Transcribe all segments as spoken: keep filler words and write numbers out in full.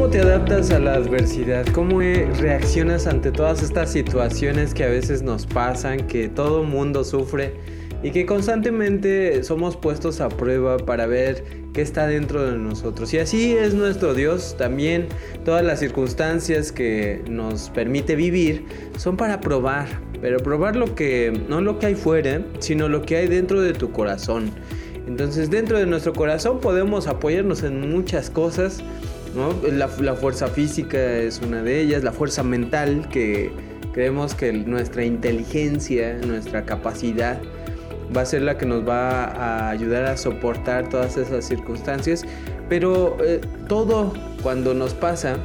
¿Cómo te adaptas a la adversidad? ¿Cómo eh, reaccionas ante todas estas situaciones que a veces nos pasan, que todo mundo sufre y que constantemente somos puestos a prueba para ver qué está dentro de nosotros? Y así es nuestro Dios también. Todas las circunstancias que nos permite vivir son para probar, pero probar lo que, no lo que hay fuera, sino lo que hay dentro de tu corazón. Entonces, dentro de nuestro corazón podemos apoyarnos en muchas cosas, ¿no? La, la fuerza física es una de ellas, la fuerza mental, que creemos que nuestra inteligencia, nuestra capacidad va a ser la que nos va a ayudar a soportar todas esas circunstancias. Pero eh, todo cuando nos pasa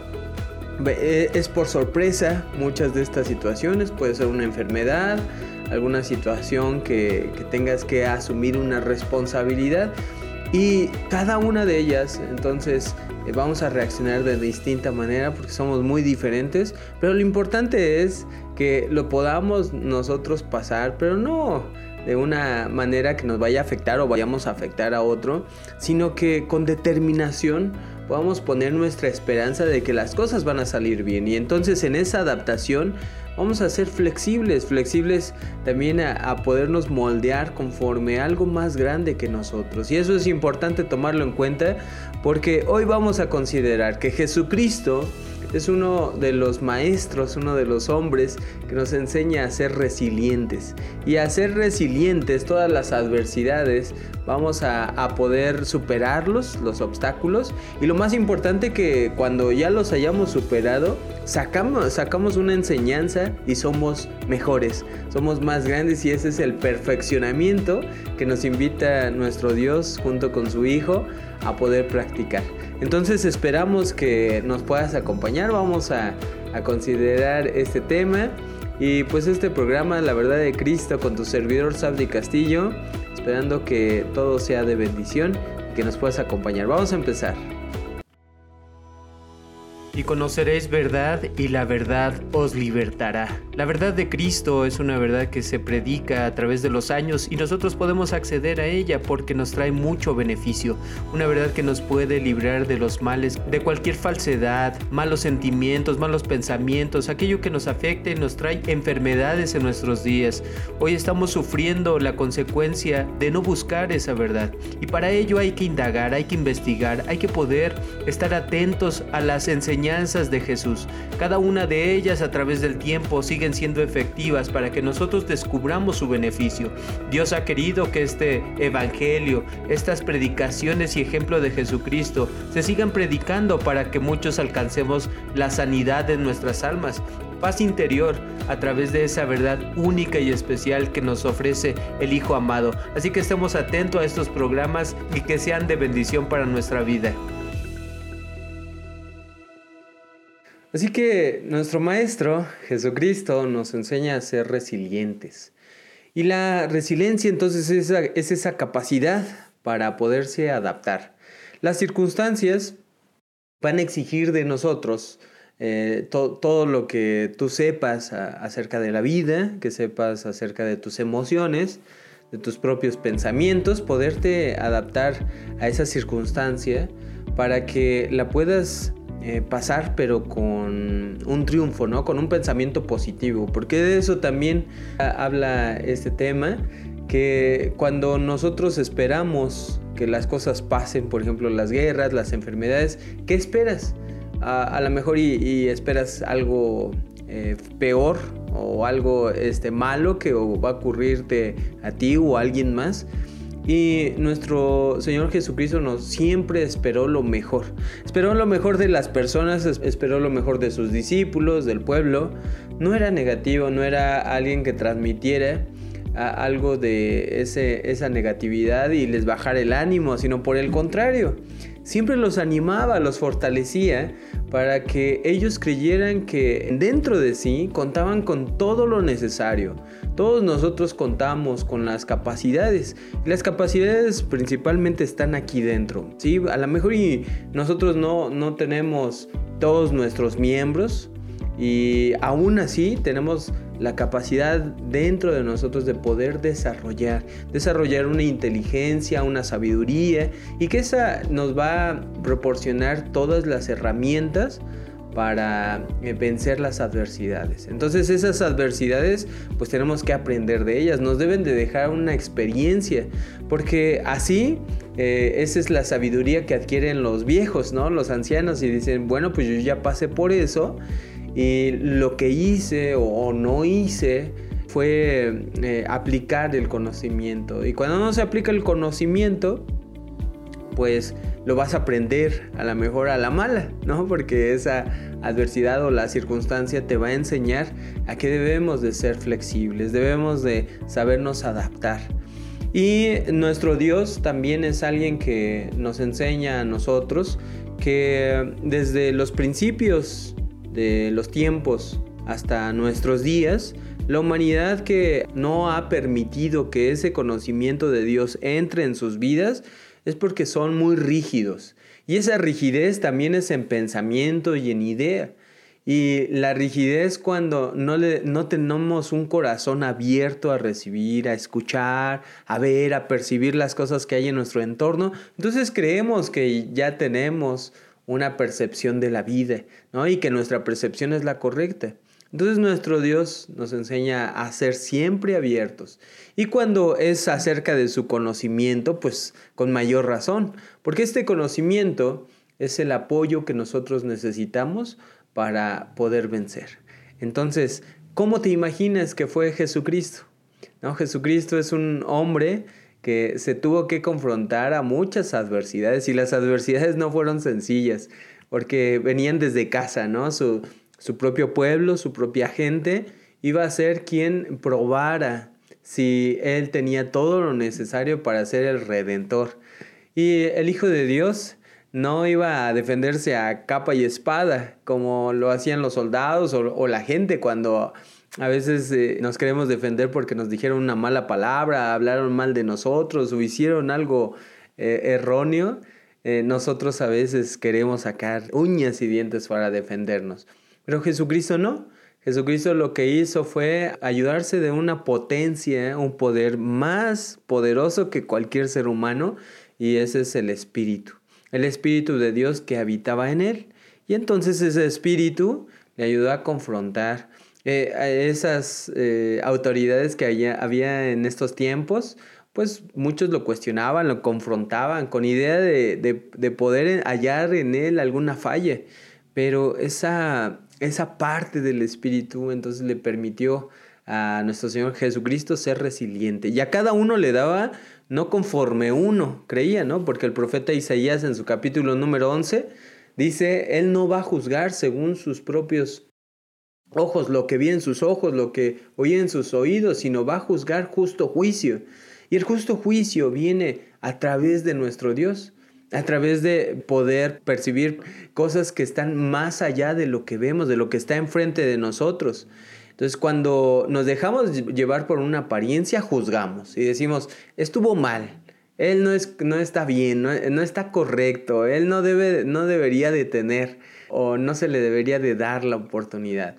eh, es por sorpresa. Muchas de estas situaciones puede ser una enfermedad, alguna situación que, que tengas que asumir una responsabilidad, y cada una de ellas entonces eh, vamos a reaccionar de distinta manera porque somos muy diferentes, pero lo importante es que lo podamos nosotros pasar, pero no de una manera que nos vaya a afectar o vayamos a afectar a otro, sino que con determinación podamos poner nuestra esperanza de que las cosas van a salir bien. Y entonces en esa adaptación vamos a ser flexibles, flexibles también a, a podernos moldear conforme a algo más grande que nosotros. Y eso es importante tomarlo en cuenta, porque hoy vamos a considerar que Jesucristo es uno de los maestros, uno de los hombres que nos enseña a ser resilientes. Y a ser resilientes, todas las adversidades, vamos a, a poder superarlos, los obstáculos. Y lo más importante, que cuando ya los hayamos superado, sacamos, sacamos una enseñanza y somos mejores, somos más grandes. Y ese es el perfeccionamiento que nos invita nuestro Dios junto con su Hijo a poder practicar. Entonces esperamos que nos puedas acompañar. Vamos a, a considerar este tema y pues este programa, La Verdad de Cristo, con tu servidor Sabdi Castillo, esperando que todo sea de bendición y que nos puedas acompañar. Vamos a empezar. Y conoceréis verdad, y la verdad os libertará. La verdad de Cristo es una verdad que se predica a través de los años y nosotros podemos acceder a ella porque nos trae mucho beneficio. Una verdad que nos puede librar de los males, de cualquier falsedad, malos sentimientos, malos pensamientos, aquello que nos afecta y nos trae enfermedades en nuestros días. Hoy estamos sufriendo la consecuencia de no buscar esa verdad, y para ello hay que indagar, hay que investigar, hay que poder estar atentos a las enseñanzas de Jesús. Cada una de ellas a través del tiempo siguen siendo efectivas para que nosotros descubramos su beneficio. Dios ha querido que este evangelio, estas predicaciones y ejemplo de Jesucristo se sigan predicando para que muchos alcancemos la sanidad de nuestras almas, paz interior a través de esa verdad única y especial que nos ofrece el Hijo amado. Así que estemos atentos a estos programas y que sean de bendición para nuestra vida. Así que nuestro Maestro Jesucristo nos enseña a ser resilientes. Y la resiliencia entonces es esa, es esa capacidad para poderse adaptar. Las circunstancias van a exigir de nosotros eh, to, todo lo que tú sepas a, acerca de la vida, que sepas acerca de tus emociones, de tus propios pensamientos, poderte adaptar a esa circunstancia para que la puedas Eh, pasar, pero con un triunfo, ¿no? Con un pensamiento positivo, porque de eso también a, habla este tema, que cuando nosotros esperamos que las cosas pasen, por ejemplo las guerras, las enfermedades, ¿qué esperas? A, a lo mejor y, y esperas algo eh, peor o algo este, malo que va a ocurrirte a ti o a alguien más. Y nuestro Señor Jesucristo nos siempre esperó lo mejor. Esperó lo mejor de las personas, esperó lo mejor de sus discípulos, del pueblo. No era negativo, no era alguien que transmitiera a algo de ese, esa negatividad y les bajara el ánimo, sino por el contrario, siempre los animaba, los fortalecía para que ellos creyeran que dentro de sí contaban con todo lo necesario. Todos nosotros contamos con las capacidades, y las capacidades principalmente están aquí dentro, ¿sí? A lo mejor y nosotros no, no tenemos todos nuestros miembros, y aún así tenemos la capacidad dentro de nosotros de poder desarrollar, desarrollar una inteligencia, una sabiduría, y que esa nos va a proporcionar todas las herramientas para eh, vencer las adversidades. Entonces esas adversidades pues tenemos que aprender de ellas, nos deben de dejar una experiencia, porque así eh, esa es la sabiduría que adquieren los viejos, ¿no? Los ancianos, y dicen, bueno, pues yo ya pasé por eso y lo que hice o, o no hice fue eh, aplicar el conocimiento, y cuando no se aplica el conocimiento pues lo vas a aprender a lo mejor a la mala, ¿no? Porque esa adversidad o la circunstancia te va a enseñar a que debemos de ser flexibles, debemos de sabernos adaptar. Y nuestro Dios también es alguien que nos enseña a nosotros que desde los principios de los tiempos hasta nuestros días, la humanidad que no ha permitido que ese conocimiento de Dios entre en sus vidas es porque son muy rígidos. Y esa rigidez también es en pensamiento y en idea. Y la rigidez cuando no, le, no tenemos un corazón abierto a recibir, a escuchar, a ver, a percibir las cosas que hay en nuestro entorno. Entonces creemos que ya tenemos una percepción de la vida, ¿no? Y que nuestra percepción es la correcta. Entonces nuestro Dios nos enseña a ser siempre abiertos. Y cuando es acerca de su conocimiento, pues con mayor razón. Porque este conocimiento es el apoyo que nosotros necesitamos para poder vencer. Entonces, ¿cómo te imaginas que fue Jesucristo? ¿No? Jesucristo es un hombre que se tuvo que confrontar a muchas adversidades. Y las adversidades no fueron sencillas, porque venían desde casa, ¿no? Su... Su propio pueblo, su propia gente, iba a ser quien probara si él tenía todo lo necesario para ser el Redentor. Y el Hijo de Dios no iba a defenderse a capa y espada, como lo hacían los soldados o, o la gente cuando a veces eh, nos queremos defender porque nos dijeron una mala palabra, hablaron mal de nosotros o hicieron algo eh, erróneo. Eh, nosotros a veces queremos sacar uñas y dientes para defendernos. Pero Jesucristo no. Jesucristo lo que hizo fue ayudarse de una potencia, un poder más poderoso que cualquier ser humano, y ese es el Espíritu. El Espíritu de Dios que habitaba en él. Y entonces ese Espíritu le ayudó a confrontar eh, a esas eh, autoridades que había, había en estos tiempos. Pues muchos lo cuestionaban, lo confrontaban con idea de, de, de poder hallar en él alguna falla. Pero esa... Esa parte del Espíritu entonces le permitió a nuestro Señor Jesucristo ser resiliente. Y a cada uno le daba no conforme uno creía, ¿no? Porque el profeta Isaías en su capítulo número once dice, Él no va a juzgar según sus propios ojos, lo que vi en sus ojos, lo que oí en sus oídos, sino va a juzgar justo juicio. Y el justo juicio viene a través de nuestro Dios, a través de poder percibir cosas que están más allá de lo que vemos, de lo que está enfrente de nosotros. Entonces, cuando nos dejamos llevar por una apariencia, juzgamos y decimos, estuvo mal, él no, es, no está bien, no, no está correcto, él no, debe, no debería de tener o no se le debería de dar la oportunidad.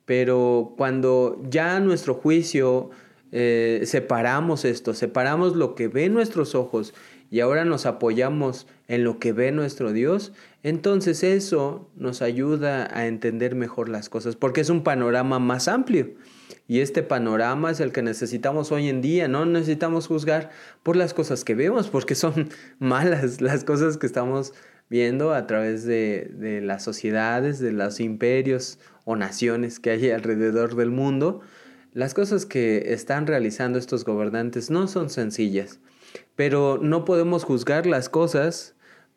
Pero cuando ya nuestro juicio eh, separamos esto, separamos lo que ven nuestros ojos y ahora nos apoyamos en lo que ve nuestro Dios, entonces eso nos ayuda a entender mejor las cosas, porque es un panorama más amplio. Y este panorama es el que necesitamos hoy en día. No necesitamos juzgar por las cosas que vemos, porque son malas las cosas que estamos viendo a través de, de las sociedades, de los imperios o naciones que hay alrededor del mundo. Las cosas que están realizando estos gobernantes no son sencillas. Pero no podemos juzgar las cosas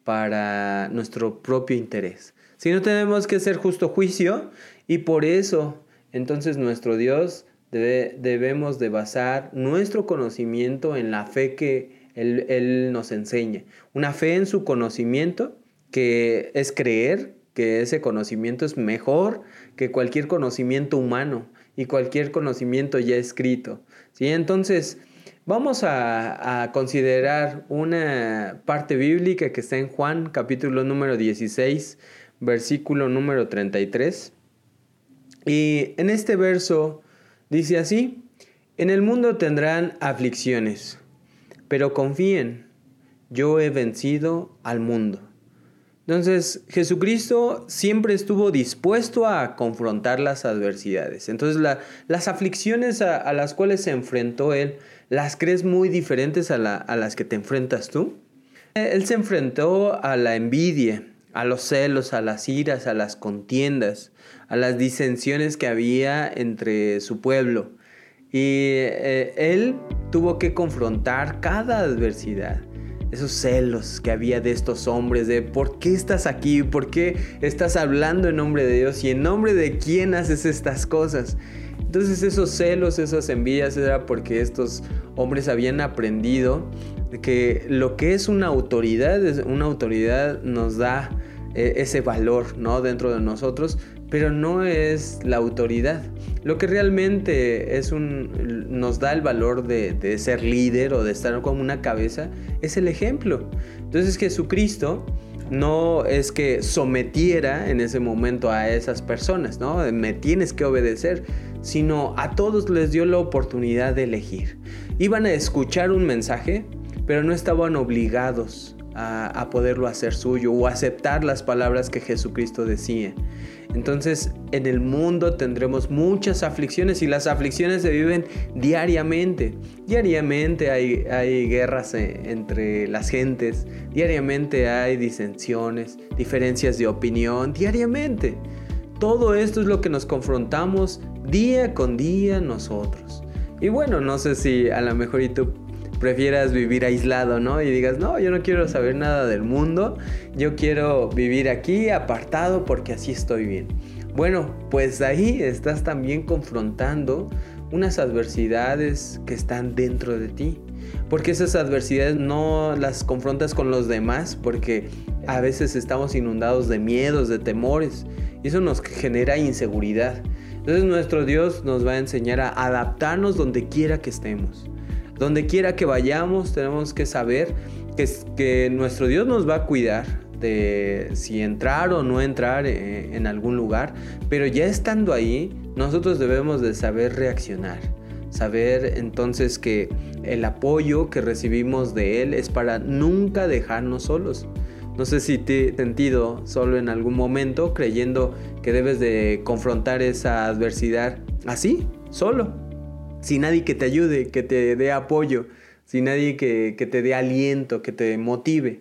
para nuestro propio interés, sino tenemos que hacer justo juicio, y por eso entonces nuestro Dios debe, debemos de basar nuestro conocimiento en la fe que él, él nos enseña. Una fe en su conocimiento, que es creer que ese conocimiento es mejor que cualquier conocimiento humano y cualquier conocimiento ya escrito, ¿sí? Entonces, vamos a, a considerar una parte bíblica que está en Juan, capítulo número dieciséis, versículo número treinta y tres. Y en este verso Dice así: en el mundo tendrán aflicciones, pero confíen, yo he vencido al mundo. Entonces, Jesucristo siempre estuvo dispuesto a confrontar las adversidades. Entonces, la, las aflicciones a, a las cuales se enfrentó Él, ¿las crees muy diferentes a, la, a las que te enfrentas tú? Él se enfrentó a la envidia, a los celos, a las iras, a las contiendas, a las disensiones que había entre su pueblo. Y eh, Él tuvo que confrontar cada adversidad. Esos celos que había de estos hombres, de ¿por qué estás aquí? ¿Por qué estás hablando en nombre de Dios? ¿Y en nombre de quién haces estas cosas? Entonces esos celos, esas envidias, era porque estos hombres habían aprendido que lo que es una autoridad, una autoridad nos da eh, ese valor, ¿no?, dentro de nosotros, pero no es la autoridad. Lo que realmente es un, nos da el valor de, de ser líder o de estar como una cabeza es el ejemplo. Entonces Jesucristo no es que sometiera en ese momento a esas personas, ¿no? Me tienes que obedecer, sino a todos les dio la oportunidad de elegir. Iban a escuchar un mensaje, pero no estaban obligados a, a poderlo hacer suyo o aceptar las palabras que Jesucristo decía. Entonces, en el mundo tendremos muchas aflicciones y las aflicciones se viven diariamente. Diariamente hay, hay guerras entre las gentes, diariamente hay disensiones, diferencias de opinión, diariamente. Todo esto es lo que nos confrontamos día con día nosotros. Y bueno, no sé si a lo mejor y tú prefieras vivir aislado, ¿no? Y digas, no, yo no quiero saber nada del mundo, yo quiero vivir aquí apartado porque así estoy bien. Bueno, pues ahí estás también confrontando unas adversidades que están dentro de ti, porque esas adversidades no las confrontas con los demás, porque a veces estamos inundados de miedos, de temores, y eso nos genera inseguridad. Entonces nuestro Dios nos va a enseñar a adaptarnos donde quiera que estemos. Donde quiera que vayamos, tenemos que saber que, que nuestro Dios nos va a cuidar de si entrar o no entrar en, en algún lugar, pero ya estando ahí, nosotros debemos de saber reaccionar, saber entonces que el apoyo que recibimos de Él es para nunca dejarnos solos. No sé si te has sentido solo en algún momento, creyendo que debes de confrontar esa adversidad así, solo. Sin nadie que te ayude, que te dé apoyo, sin nadie que, que te dé aliento, que te motive.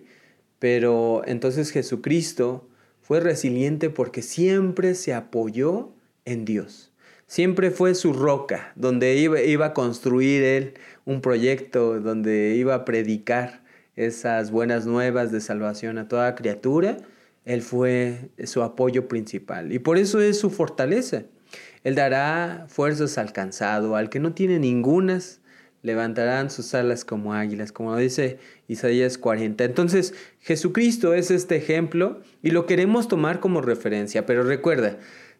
Pero entonces Jesucristo fue resiliente porque siempre se apoyó en Dios. Siempre fue su roca, donde iba, iba a construir Él un proyecto, donde iba a predicar esas buenas nuevas de salvación a toda criatura. Él fue su apoyo principal y por eso es su fortaleza. Él dará fuerzas al cansado, al que no tiene ningunas, levantarán sus alas como águilas, como dice Isaías cuarenta. Entonces, Jesucristo es este ejemplo y lo queremos tomar como referencia, pero recuerda,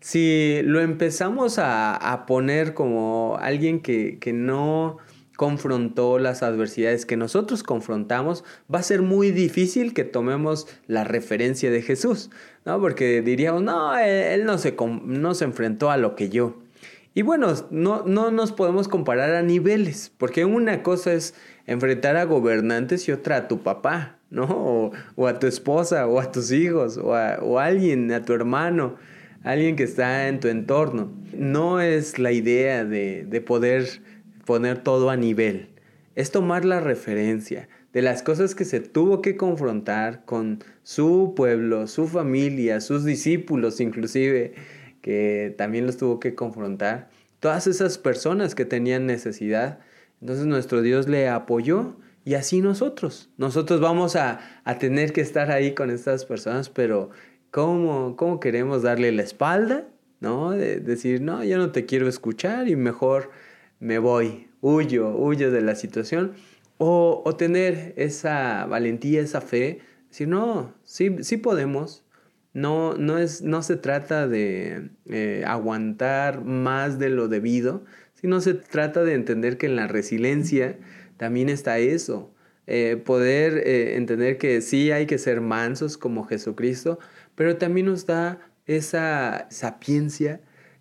si lo empezamos a, a poner como alguien que, que no confrontó las adversidades que nosotros confrontamos, va a ser muy difícil que tomemos la referencia de Jesús, ¿no? Porque diríamos, no, él, él no, se, no se enfrentó a lo que yo. Y bueno, no, no nos podemos comparar a niveles, porque una cosa es enfrentar a gobernantes y otra a tu papá, ¿no? O, o a tu esposa, o a tus hijos, o a, o a alguien, a tu hermano, alguien que está en tu entorno. No es la idea de, de poder poner todo a nivel, es tomar la referencia de las cosas que se tuvo que confrontar con su pueblo, su familia, sus discípulos inclusive, que también los tuvo que confrontar, todas esas personas que tenían necesidad. Entonces nuestro Dios le apoyó y así nosotros, nosotros vamos a, a tener que estar ahí con estas personas, pero ¿cómo, cómo queremos darle la espalda? ¿No? De decir, no, yo no te quiero escuchar y mejor me voy, huyo, huyo de la situación, o, o tener esa valentía, esa fe, decir, no, sí, sí podemos, no, no, es, no se trata de eh, aguantar más de lo debido, sino se trata de entender que en la resiliencia también está eso, eh, poder eh, entender que sí hay que ser mansos como Jesucristo, pero también nos da esa sapiencia,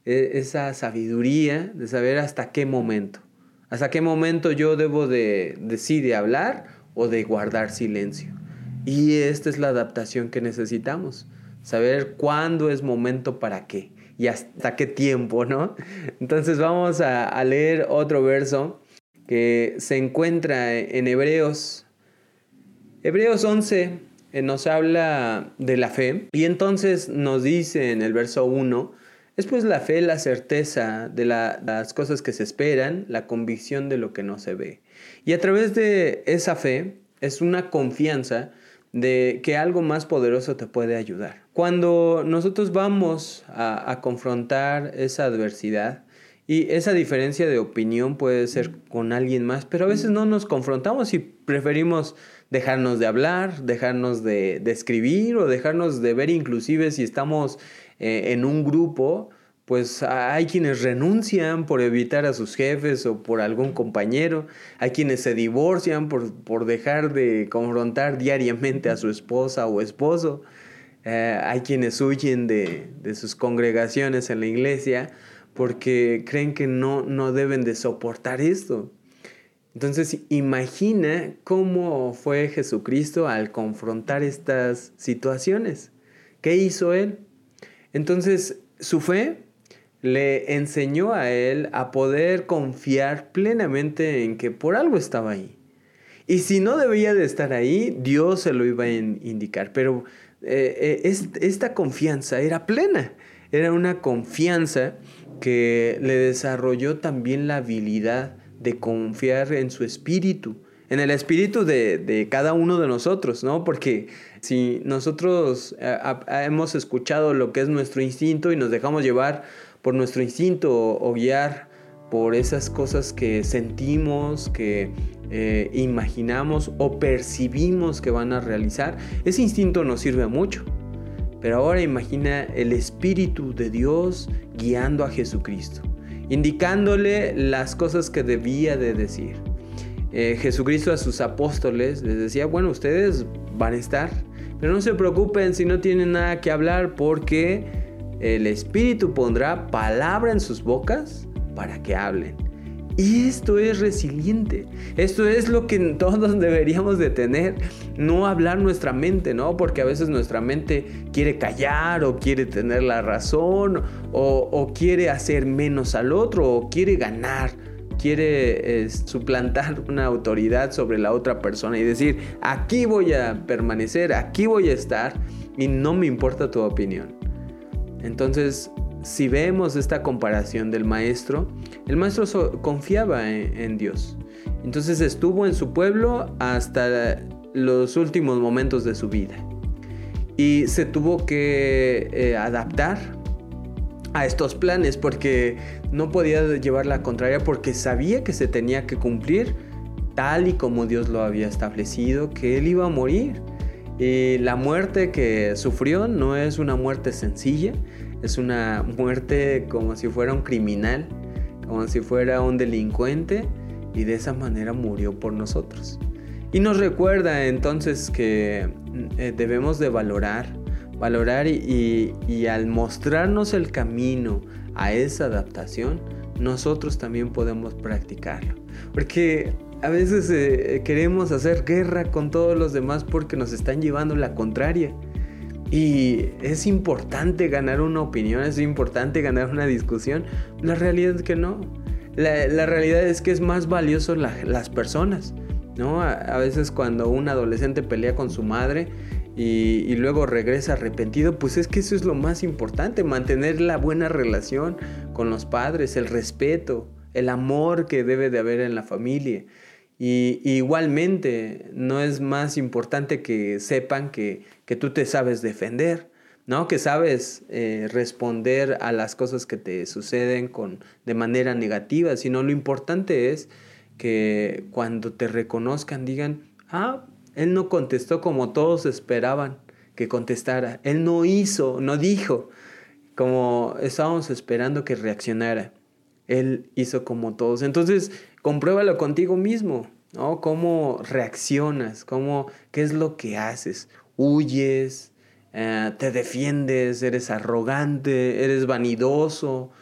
eh, esa sabiduría de saber hasta qué momento, hasta qué momento yo debo de decir de hablar o de guardar silencio. Y esta es la adaptación que necesitamos, saber cuándo es momento para qué y hasta qué tiempo, ¿no? Entonces vamos a, a leer otro verso que se encuentra en Hebreos. Hebreos once eh, nos habla de la fe y entonces nos dice en el verso uno, es pues la fe la certeza de la, las cosas que se esperan, la convicción de lo que no se ve. Y a través de esa fe es una confianza de que algo más poderoso te puede ayudar. Cuando nosotros vamos a, a confrontar esa adversidad, y esa diferencia de opinión puede ser con alguien más, pero a veces no nos confrontamos y preferimos dejarnos de hablar, dejarnos de, de escribir o dejarnos de ver, inclusive si estamos eh, en un grupo, pues hay quienes renuncian por evitar a sus jefes o por algún compañero, hay quienes se divorcian por, por dejar de confrontar diariamente a su esposa o esposo, eh, hay quienes huyen de, de sus congregaciones en la iglesia porque creen que no, no deben de soportar esto. Entonces imagina cómo fue Jesucristo al confrontar estas situaciones. ¿Qué hizo Él? Entonces su fe le enseñó a Él a poder confiar plenamente en que por algo estaba ahí. Y si no debía de estar ahí, Dios se lo iba a indicar. Pero eh, eh, esta confianza era plena. Era una confianza que le desarrolló también la habilidad de confiar en su espíritu, en el espíritu de, de cada uno de nosotros, ¿no? Porque si nosotros eh, hemos escuchado lo que es nuestro instinto y nos dejamos llevar por nuestro instinto o, o guiar por esas cosas que sentimos, que eh, imaginamos o percibimos que van a realizar, ese instinto nos sirve mucho. Pero ahora imagina el Espíritu de Dios guiando a Jesucristo, indicándole las cosas que debía de decir. Eh, Jesucristo a sus apóstoles les decía, bueno, ustedes van a estar, pero no se preocupen si no tienen nada que hablar, porque el Espíritu pondrá palabra en sus bocas para que hablen. Y esto es resiliente. Esto es lo que todos deberíamos de tener. No hablar nuestra mente, ¿no? Porque a veces nuestra mente quiere callar o quiere tener la razón o, o quiere hacer menos al otro o quiere ganar. Quiere eh, suplantar una autoridad sobre la otra persona y decir, aquí voy a permanecer, aquí voy a estar y no me importa tu opinión. Entonces, si vemos esta comparación del maestro, el maestro so- confiaba en, en Dios. Entonces estuvo en su pueblo hasta los últimos momentos de su vida. Y se tuvo que eh, adaptar a estos planes porque no podía llevar la contraria, porque sabía que se tenía que cumplir tal y como Dios lo había establecido, que él iba a morir. Y la muerte que sufrió no es una muerte sencilla, es una muerte como si fuera un criminal, como si fuera un delincuente, y de esa manera murió por nosotros. Y nos recuerda entonces que eh, debemos de valorar, valorar y, y, y al mostrarnos el camino a esa adaptación, nosotros también podemos practicarlo. Porque a veces eh, queremos hacer guerra con todos los demás porque nos están llevando la contraria. Y es importante ganar una opinión, es importante ganar una discusión. La realidad es que no. La, la realidad es que es más valioso la, las personas, ¿no? A, a veces cuando un adolescente pelea con su madre y, y luego regresa arrepentido, pues es que eso es lo más importante, mantener la buena relación con los padres, el respeto, el amor que debe de haber en la familia. Y, y igualmente no es más importante que sepan que, que tú te sabes defender, ¿no? Que sabes eh, responder a las cosas que te suceden con, de manera negativa, sino lo importante es que cuando te reconozcan digan, ah, él no contestó como todos esperaban que contestara, él no hizo, no dijo como estábamos esperando que reaccionara. Él hizo como todos. Entonces, compruébalo contigo mismo, ¿no? ¿Cómo reaccionas? ¿Cómo, qué es lo que haces? ¿Huyes? Eh, ¿Te defiendes? ¿Eres arrogante? ¿Eres vanidoso?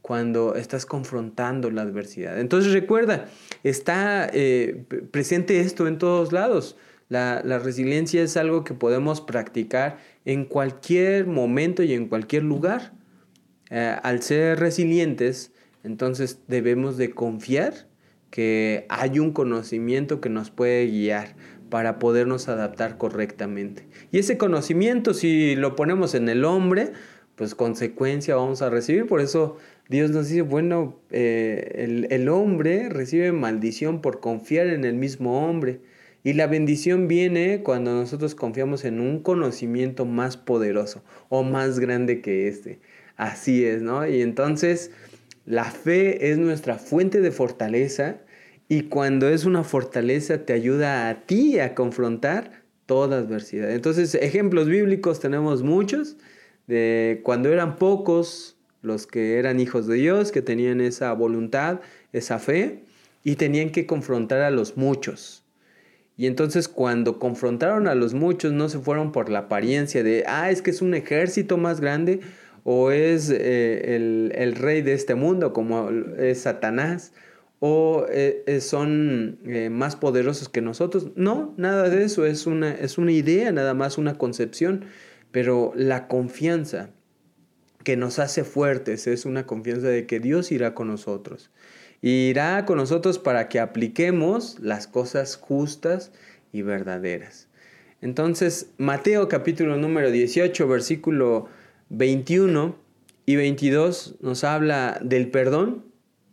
cuando estás confrontando la adversidad. Entonces recuerda, está eh, presente esto en todos lados. La, la resiliencia es algo que podemos practicar en cualquier momento y en cualquier lugar. Eh, al ser resilientes, entonces debemos de confiar que hay un conocimiento que nos puede guiar para podernos adaptar correctamente. Y ese conocimiento, si lo ponemos en el hombre, pues consecuencia vamos a recibir. Por eso Dios nos dice, bueno, eh, el, el hombre recibe maldición por confiar en el mismo hombre. Y la bendición viene cuando nosotros confiamos en un conocimiento más poderoso o más grande que este. Así es, ¿no? Y entonces la fe es nuestra fuente de fortaleza, y cuando es una fortaleza te ayuda a ti a confrontar toda adversidad. Entonces, ejemplos bíblicos tenemos muchos de cuando eran pocos los que eran hijos de Dios, que tenían esa voluntad, esa fe, y tenían que confrontar a los muchos. Y entonces cuando confrontaron a los muchos, no se fueron por la apariencia de, ah, es que es un ejército más grande, o es eh, el, el rey de este mundo, como es Satanás, o eh, son eh, más poderosos que nosotros. No, nada de eso, es una, es una idea, nada más una concepción. Pero la confianza que nos hace fuertes es una confianza de que Dios irá con nosotros. Y irá con nosotros para que apliquemos las cosas justas y verdaderas. Entonces, Mateo capítulo número dieciocho, versículo veintiuno y veintidós nos habla del perdón,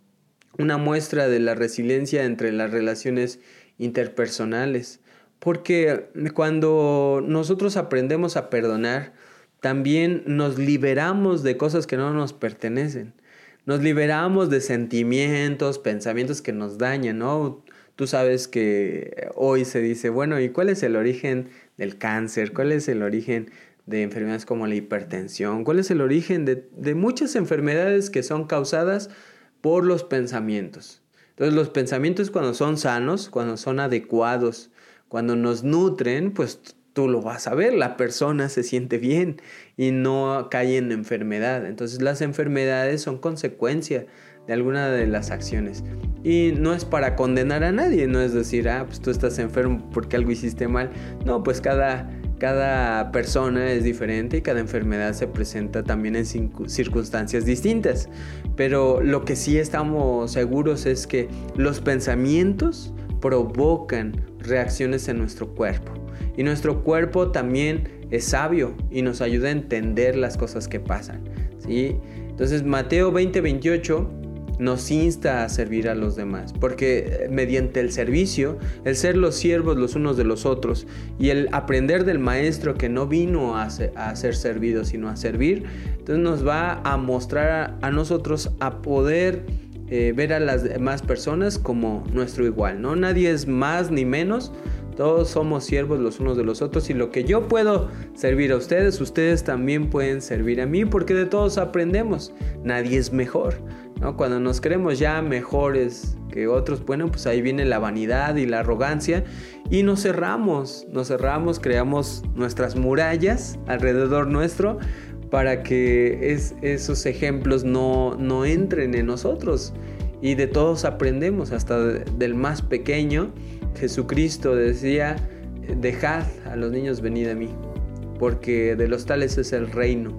una muestra de la resiliencia entre las relaciones interpersonales. Porque cuando nosotros aprendemos a perdonar, también nos liberamos de cosas que no nos pertenecen. Nos liberamos de sentimientos, pensamientos que nos dañan, ¿no? Tú sabes que hoy se dice, bueno, ¿y cuál es el origen del cáncer? ¿Cuál es el origen de enfermedades como la hipertensión? ¿Cuál es el origen de, de muchas enfermedades que son causadas por los pensamientos? Entonces, los pensamientos, cuando son sanos, cuando son adecuados, cuando nos nutren, pues tú lo vas a ver, la persona se siente bien y no cae en enfermedad. Entonces las enfermedades son consecuencia de alguna de las acciones. Y no es para condenar a nadie, no es decir, ah, pues tú estás enfermo porque algo hiciste mal. No, pues cada, cada persona es diferente y cada enfermedad se presenta también en circunstancias distintas. Pero lo que sí estamos seguros es que los pensamientos provocan reacciones en nuestro cuerpo. Y nuestro cuerpo también es sabio y nos ayuda a entender las cosas que pasan, ¿sí? Entonces Mateo veinte veintiocho nos insta a servir a los demás, porque mediante el servicio, el ser los siervos los unos de los otros y el aprender del maestro que no vino a ser, a ser servido sino a servir, entonces nos va a mostrar a, a nosotros a poder eh, ver a las demás personas como nuestro igual, ¿no? Nadie es más ni menos. Todos somos siervos los unos de los otros, y lo que yo puedo servir a ustedes, ustedes también pueden servir a mí, porque de todos aprendemos. Nadie es mejor, ¿no? Cuando nos creemos ya mejores que otros, bueno, pues ahí viene la vanidad y la arrogancia, y nos cerramos, nos cerramos, creamos nuestras murallas alrededor nuestro para que es, esos ejemplos no, no entren en nosotros. Y de todos aprendemos, hasta de, del más pequeño. Jesucristo decía, dejad a los niños venid a mí, porque de los tales es el reino.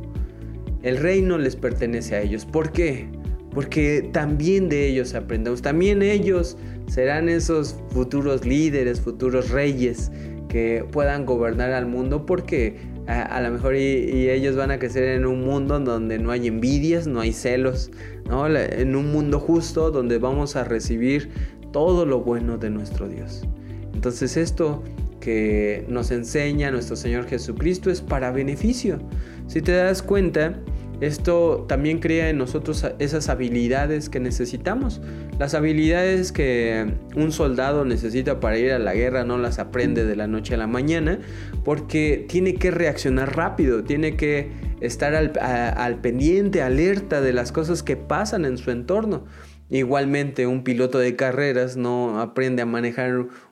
El reino les pertenece a ellos. ¿Por qué? Porque también de ellos aprendemos. También ellos serán esos futuros líderes, futuros reyes que puedan gobernar al mundo, porque a, a lo mejor y, y ellos van a crecer en un mundo donde no hay envidias, no hay celos, ¿no? En un mundo justo donde vamos a recibir todo lo bueno de nuestro Dios. Entonces esto que nos enseña nuestro Señor Jesucristo es para beneficio. Si te das cuenta, esto también crea en nosotros esas habilidades que necesitamos. Las habilidades que un soldado necesita para ir a la guerra no las aprende de la noche a la mañana, porque tiene que reaccionar rápido, tiene que estar al, a, al pendiente, alerta de las cosas que pasan en su entorno. Igualmente, un piloto de carreras no aprende a manejar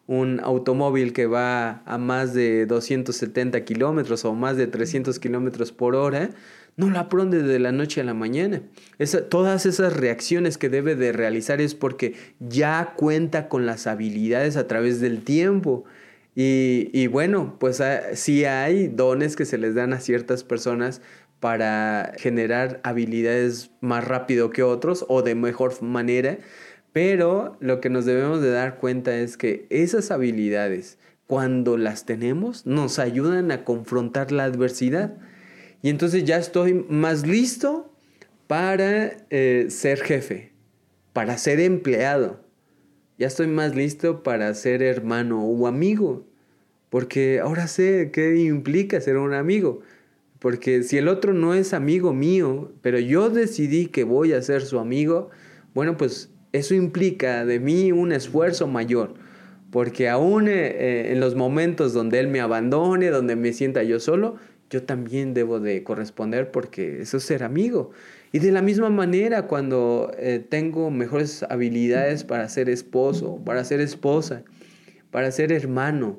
un automóvil que va a más de doscientos setenta kilómetros o más de trescientos kilómetros por hora, no lo aprende de la noche a la mañana. Esa, todas esas reacciones que debe de realizar es porque ya cuenta con las habilidades a través del tiempo. Y, y bueno, pues sí hay dones que se les dan a ciertas personas para generar habilidades más rápido que otros o de mejor manera. Pero lo que nos debemos de dar cuenta es que esas habilidades, cuando las tenemos, nos ayudan a confrontar la adversidad. Y entonces ya estoy más listo para eh, ser jefe, para ser empleado. Ya estoy más listo para ser hermano o amigo. Porque ahora sé qué implica ser un amigo. Porque si el otro no es amigo mío, pero yo decidí que voy a ser su amigo, bueno, pues eso implica de mí un esfuerzo mayor. Porque aún eh, en los momentos donde él me abandone, donde me sienta yo solo, yo también debo de corresponder porque eso es ser amigo. Y de la misma manera, cuando eh, tengo mejores habilidades para ser esposo, para ser esposa, para ser hermano,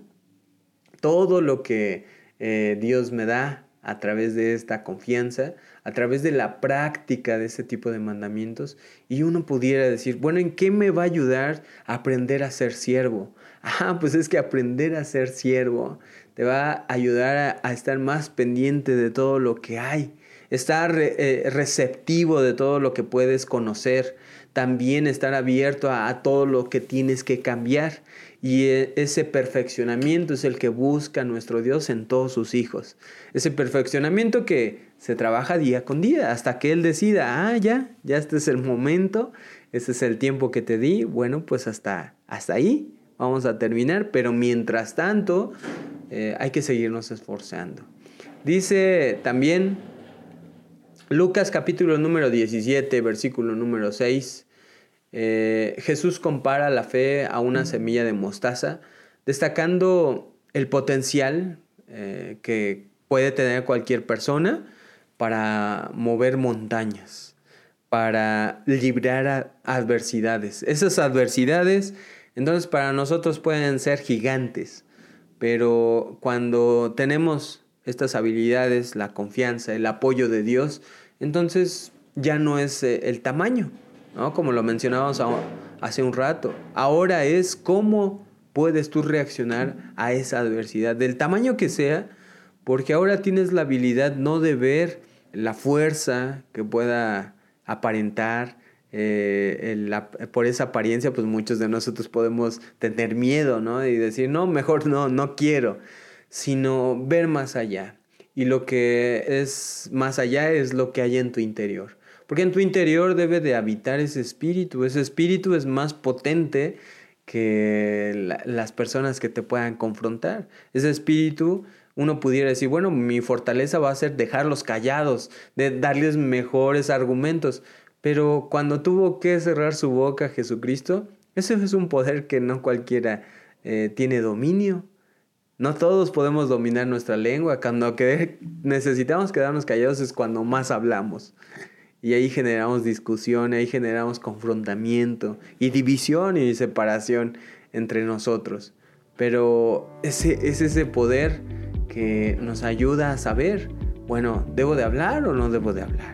todo lo que eh, Dios me da a través de esta confianza, a través de la práctica de ese tipo de mandamientos, y uno pudiera decir, bueno, ¿en qué me va a ayudar a aprender a ser siervo? Ah, pues es que aprender a ser siervo te va a ayudar a, a estar más pendiente de todo lo que hay, estar eh, receptivo de todo lo que puedes conocer, también estar abierto a, a todo lo que tienes que cambiar. Y ese perfeccionamiento es el que busca nuestro Dios en todos sus hijos. Ese perfeccionamiento que se trabaja día con día hasta que Él decida, ah, ya, ya este es el momento, este es el tiempo que te di. Bueno, pues hasta, hasta ahí vamos a terminar, pero mientras tanto eh, hay que seguirnos esforzando. Dice también Lucas capítulo número diecisiete, versículo número seis. Eh, Jesús compara la fe a una semilla de mostaza, destacando el potencial eh, que puede tener cualquier persona para mover montañas, para librar a adversidades. Esas adversidades, entonces, para nosotros pueden ser gigantes, pero cuando tenemos estas habilidades, la confianza, el apoyo de Dios, entonces ya no es eh, el tamaño, ¿no? Como lo mencionábamos hace un rato. Ahora es cómo puedes tú reaccionar a esa adversidad, del tamaño que sea, porque ahora tienes la habilidad no de ver la fuerza que pueda aparentar. Eh, el, la, por esa apariencia, pues muchos de nosotros podemos tener miedo, ¿no? Y decir, no, mejor no, no quiero, sino ver más allá. Y lo que es más allá es lo que hay en tu interior. Porque en tu interior debe de habitar ese espíritu. Ese espíritu es más potente que la, las personas que te puedan confrontar. Ese espíritu, uno pudiera decir, bueno, mi fortaleza va a ser dejarlos callados, de darles mejores argumentos. Pero cuando tuvo que cerrar su boca Jesucristo, ese es un poder que no cualquiera eh, tiene dominio. No todos podemos dominar nuestra lengua. Cuando que necesitamos quedarnos callados es cuando más hablamos. Y ahí generamos discusión, ahí generamos confrontamiento y división y separación entre nosotros. Pero ese es ese poder que nos ayuda a saber, bueno, ¿debo de hablar o no debo de hablar?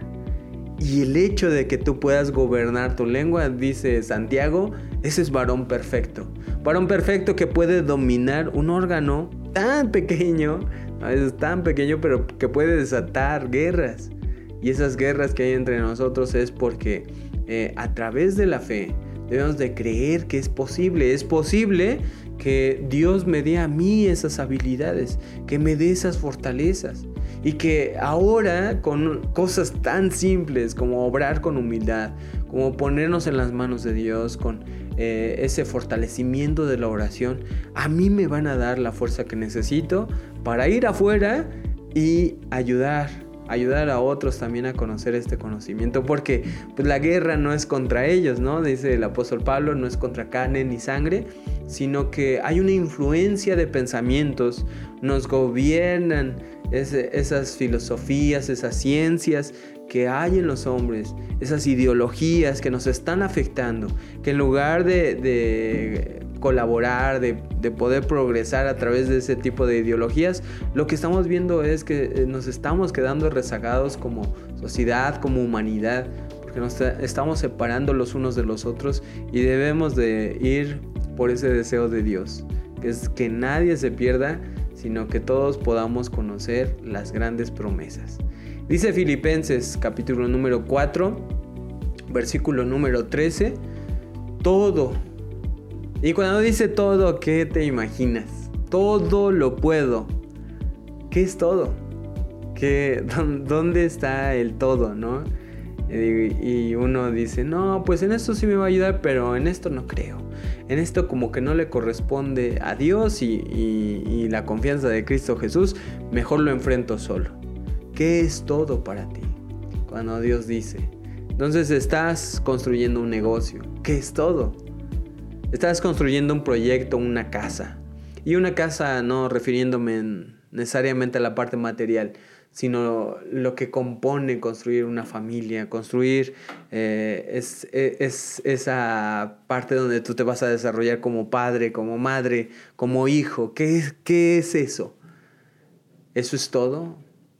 Y el hecho de que tú puedas gobernar tu lengua, dice Santiago, ese es varón perfecto. Varón perfecto que puede dominar un órgano tan pequeño, a veces tan pequeño, pero que puede desatar guerras. Y esas guerras que hay entre nosotros es porque eh, a través de la fe debemos de creer que es posible. Es posible que Dios me dé a mí esas habilidades, que me dé esas fortalezas. Y que ahora con cosas tan simples como obrar con humildad, como ponernos en las manos de Dios, con eh, ese fortalecimiento de la oración, a mí me van a dar la fuerza que necesito para ir afuera y ayudar. Ayudar a otros también a conocer este conocimiento, porque pues, la guerra no es contra ellos, ¿no? Dice el apóstol Pablo, no es contra carne ni sangre, sino que hay una influencia de pensamientos, nos gobiernan ese, esas filosofías, esas ciencias que hay en los hombres, esas ideologías que nos están afectando, que en lugar de, de colaborar, de, de poder progresar a través de ese tipo de ideologías, lo que estamos viendo es que nos estamos quedando rezagados como sociedad, como humanidad, porque nos estamos separando los unos de los otros y debemos de ir por ese deseo de Dios, que es que nadie se pierda, sino que todos podamos conocer las grandes promesas. Dice Filipenses capítulo número cuatro, versículo número trece, todo. Y cuando dice todo, ¿qué te imaginas? Todo lo puedo. ¿Qué es todo? ¿Qué, ¿Dónde está el todo, no? Y uno dice, no, pues en esto sí me va a ayudar, pero en esto no creo. En esto como que no le corresponde a Dios y, y, y la confianza de Cristo Jesús, mejor lo enfrento solo. ¿Qué es todo para ti? Cuando Dios dice, entonces estás construyendo un negocio. ¿Qué es todo? Estás construyendo un proyecto, una casa. Y una casa no refiriéndome necesariamente a la parte material, sino lo que compone construir una familia, construir eh, es, es, es esa parte donde tú te vas a desarrollar como padre, como madre, como hijo. ¿Qué es, qué es eso? ¿Eso es todo?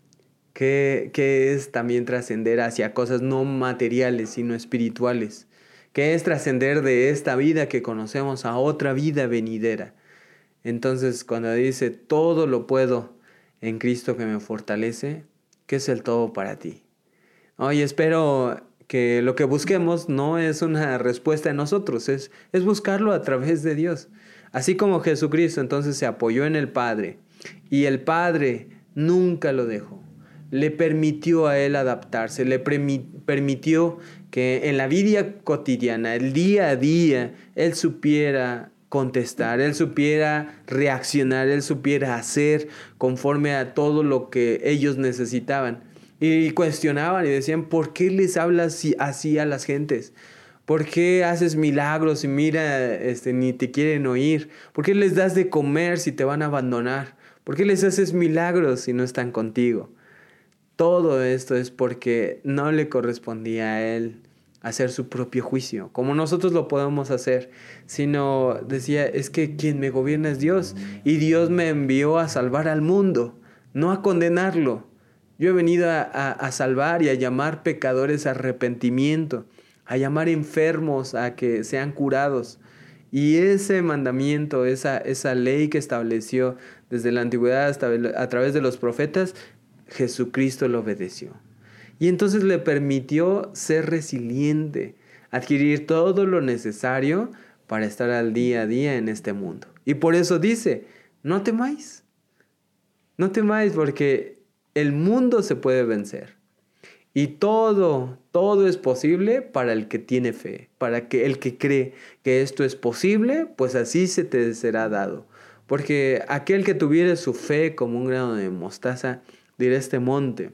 ¿Qué, qué es también trascender hacia cosas no materiales, sino espirituales? ¿Qué es trascender de esta vida que conocemos a otra vida venidera? Entonces, cuando dice, todo lo puedo en Cristo que me fortalece, ¿qué es el todo para ti? Hoy espero que lo que busquemos no es una respuesta en nosotros, es, es buscarlo a través de Dios. Así como Jesucristo entonces se apoyó en el Padre y el Padre nunca lo dejó. Le permitió a él adaptarse, le premi- permitió que en la vida cotidiana, el día a día, él supiera contestar, él supiera reaccionar, él supiera hacer conforme a todo lo que ellos necesitaban. Y cuestionaban y decían, ¿por qué les hablas así, así a las gentes? ¿Por qué haces milagros y mira, este, ni te quieren oír? ¿Por qué les das de comer si te van a abandonar? ¿Por qué les haces milagros si no están contigo? Todo esto es porque no le correspondía a él hacer su propio juicio, como nosotros lo podemos hacer, sino decía, es que quien me gobierna es Dios, y Dios me envió a salvar al mundo, no a condenarlo. Yo he venido a, a, a salvar y a llamar pecadores a arrepentimiento, a llamar enfermos a que sean curados. Y ese mandamiento, esa, esa ley que estableció desde la antigüedad hasta a través de los profetas, Jesucristo lo obedeció. Y entonces le permitió ser resiliente, adquirir todo lo necesario para estar al día a día en este mundo. Y por eso dice, no temáis, no temáis porque el mundo se puede vencer. Y todo, todo es posible para el que tiene fe, para que el que cree que esto es posible, pues así se te será dado. Porque aquel que tuviere su fe como un grano de mostaza, dirá este monte,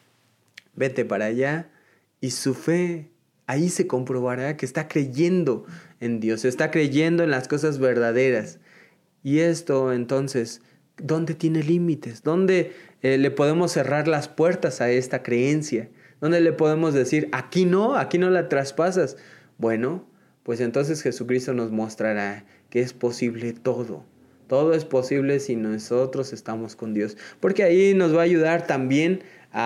vete para allá, y su fe ahí se comprobará que está creyendo en Dios, está creyendo en las cosas verdaderas. Y esto entonces, ¿dónde tiene límites? ¿Dónde eh, le podemos cerrar las puertas a esta creencia? ¿Dónde le podemos decir, aquí no, aquí no la traspasas? Bueno, pues entonces Jesucristo nos mostrará que es posible todo. Todo es posible si nosotros estamos con Dios. Porque ahí nos va a ayudar también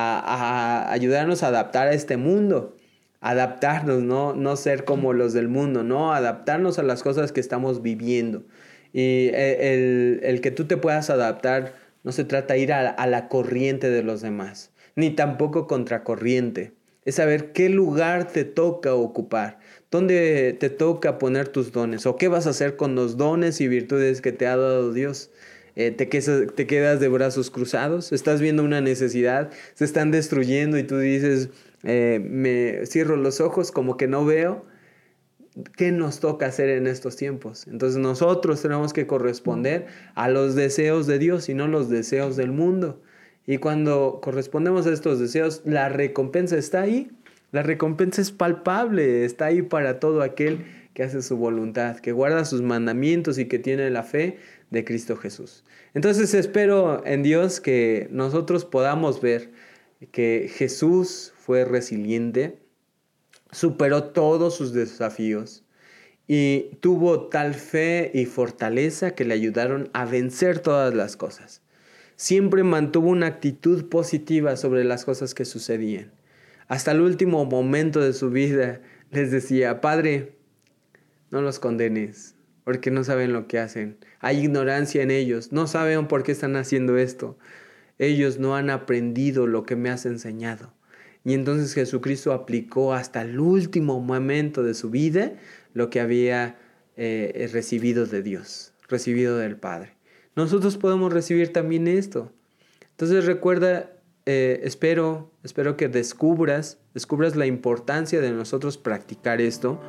a, a ayudarnos a adaptar a este mundo. Adaptarnos, ¿no? No ser como los del mundo, ¿no? Adaptarnos a las cosas que estamos viviendo. Y el, el que tú te puedas adaptar no se trata de ir a, a la corriente de los demás, ni tampoco contracorriente. Es saber qué lugar te toca ocupar, dónde te toca poner tus dones, o qué vas a hacer con los dones y virtudes que te ha dado Dios. Eh, te, quedas, te quedas de brazos cruzados, estás viendo una necesidad, se están destruyendo y tú dices, eh, me cierro los ojos como que no veo. ¿Qué nos toca hacer en estos tiempos? Entonces nosotros tenemos que corresponder a los deseos de Dios y no los deseos del mundo. Y cuando correspondemos a estos deseos, la recompensa está ahí. La recompensa es palpable, está ahí para todo aquel que hace su voluntad, que guarda sus mandamientos y que tiene la fe de Cristo Jesús. Entonces espero en Dios que nosotros podamos ver que Jesús fue resiliente, superó todos sus desafíos y tuvo tal fe y fortaleza que le ayudaron a vencer todas las cosas. Siempre mantuvo una actitud positiva sobre las cosas que sucedían. Hasta el último momento de su vida les decía: Padre, no los condenes, porque no saben lo que hacen. Hay ignorancia en ellos, no saben por qué están haciendo esto. Ellos no han aprendido lo que me has enseñado. Y entonces Jesucristo aplicó hasta el último momento de su vida lo que había eh, recibido de Dios, recibido del Padre. Nosotros podemos recibir también esto. Entonces recuerda, eh, espero, espero que descubras, descubras la importancia de nosotros practicar esto,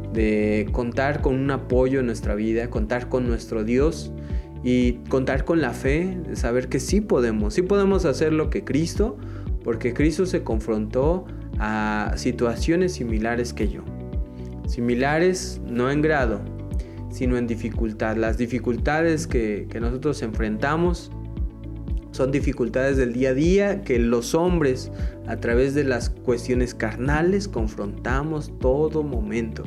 de contar con un apoyo en nuestra vida, contar con nuestro Dios y contar con la fe, de saber que sí podemos, sí podemos hacer lo que Cristo, porque Cristo se confrontó a situaciones similares que yo. Similares no en grado, sino en dificultad. Las dificultades que, que nosotros enfrentamos son dificultades del día a día que los hombres, a través de las cuestiones carnales, confrontamos todo momento.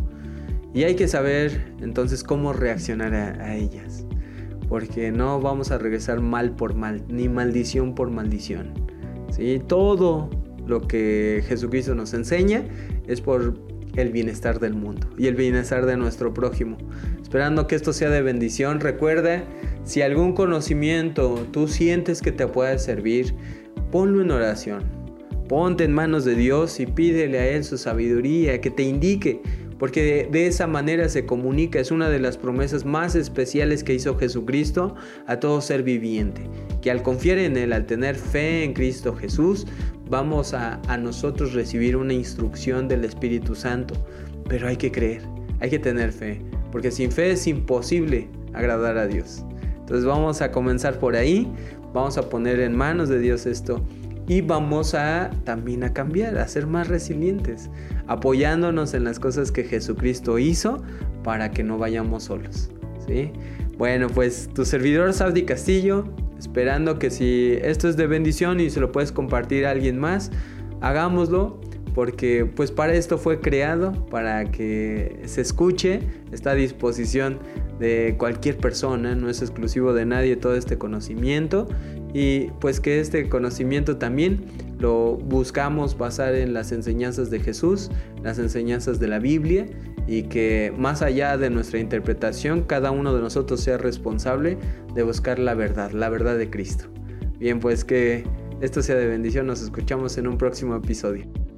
Y hay que saber entonces cómo reaccionar a, a ellas, porque no vamos a regresar mal por mal, ni maldición por maldición, ¿sí? Todo lo que Jesucristo nos enseña es por el bienestar del mundo y el bienestar de nuestro prójimo. Esperando que esto sea de bendición. Recuerda, si algún conocimiento tú sientes que te puede servir, ponlo en oración. Ponte en manos de Dios y pídele a Él su sabiduría, que te indique, porque de, de esa manera se comunica. Es una de las promesas más especiales que hizo Jesucristo a todo ser viviente, que al confiar en Él, al tener fe en Cristo Jesús, vamos a, a nosotros recibir una instrucción del Espíritu Santo. Pero hay que creer, hay que tener fe, porque sin fe es imposible agradar a Dios. Entonces vamos a comenzar por ahí, vamos a poner en manos de Dios esto y vamos a también a cambiar, a ser más resilientes, apoyándonos en las cosas que Jesucristo hizo para que no vayamos solos, ¿sí? Bueno, pues tu servidor Sabdi Castillo, esperando que si esto es de bendición y se lo puedes compartir a alguien más, hagámoslo, porque pues para esto fue creado, para que se escuche, está a disposición de cualquier persona, no es exclusivo de nadie todo este conocimiento, y pues que este conocimiento también lo buscamos basar en las enseñanzas de Jesús, las enseñanzas de la Biblia, y que más allá de nuestra interpretación, cada uno de nosotros sea responsable de buscar la verdad, la verdad de Cristo. Bien, pues que esto sea de bendición, nos escuchamos en un próximo episodio.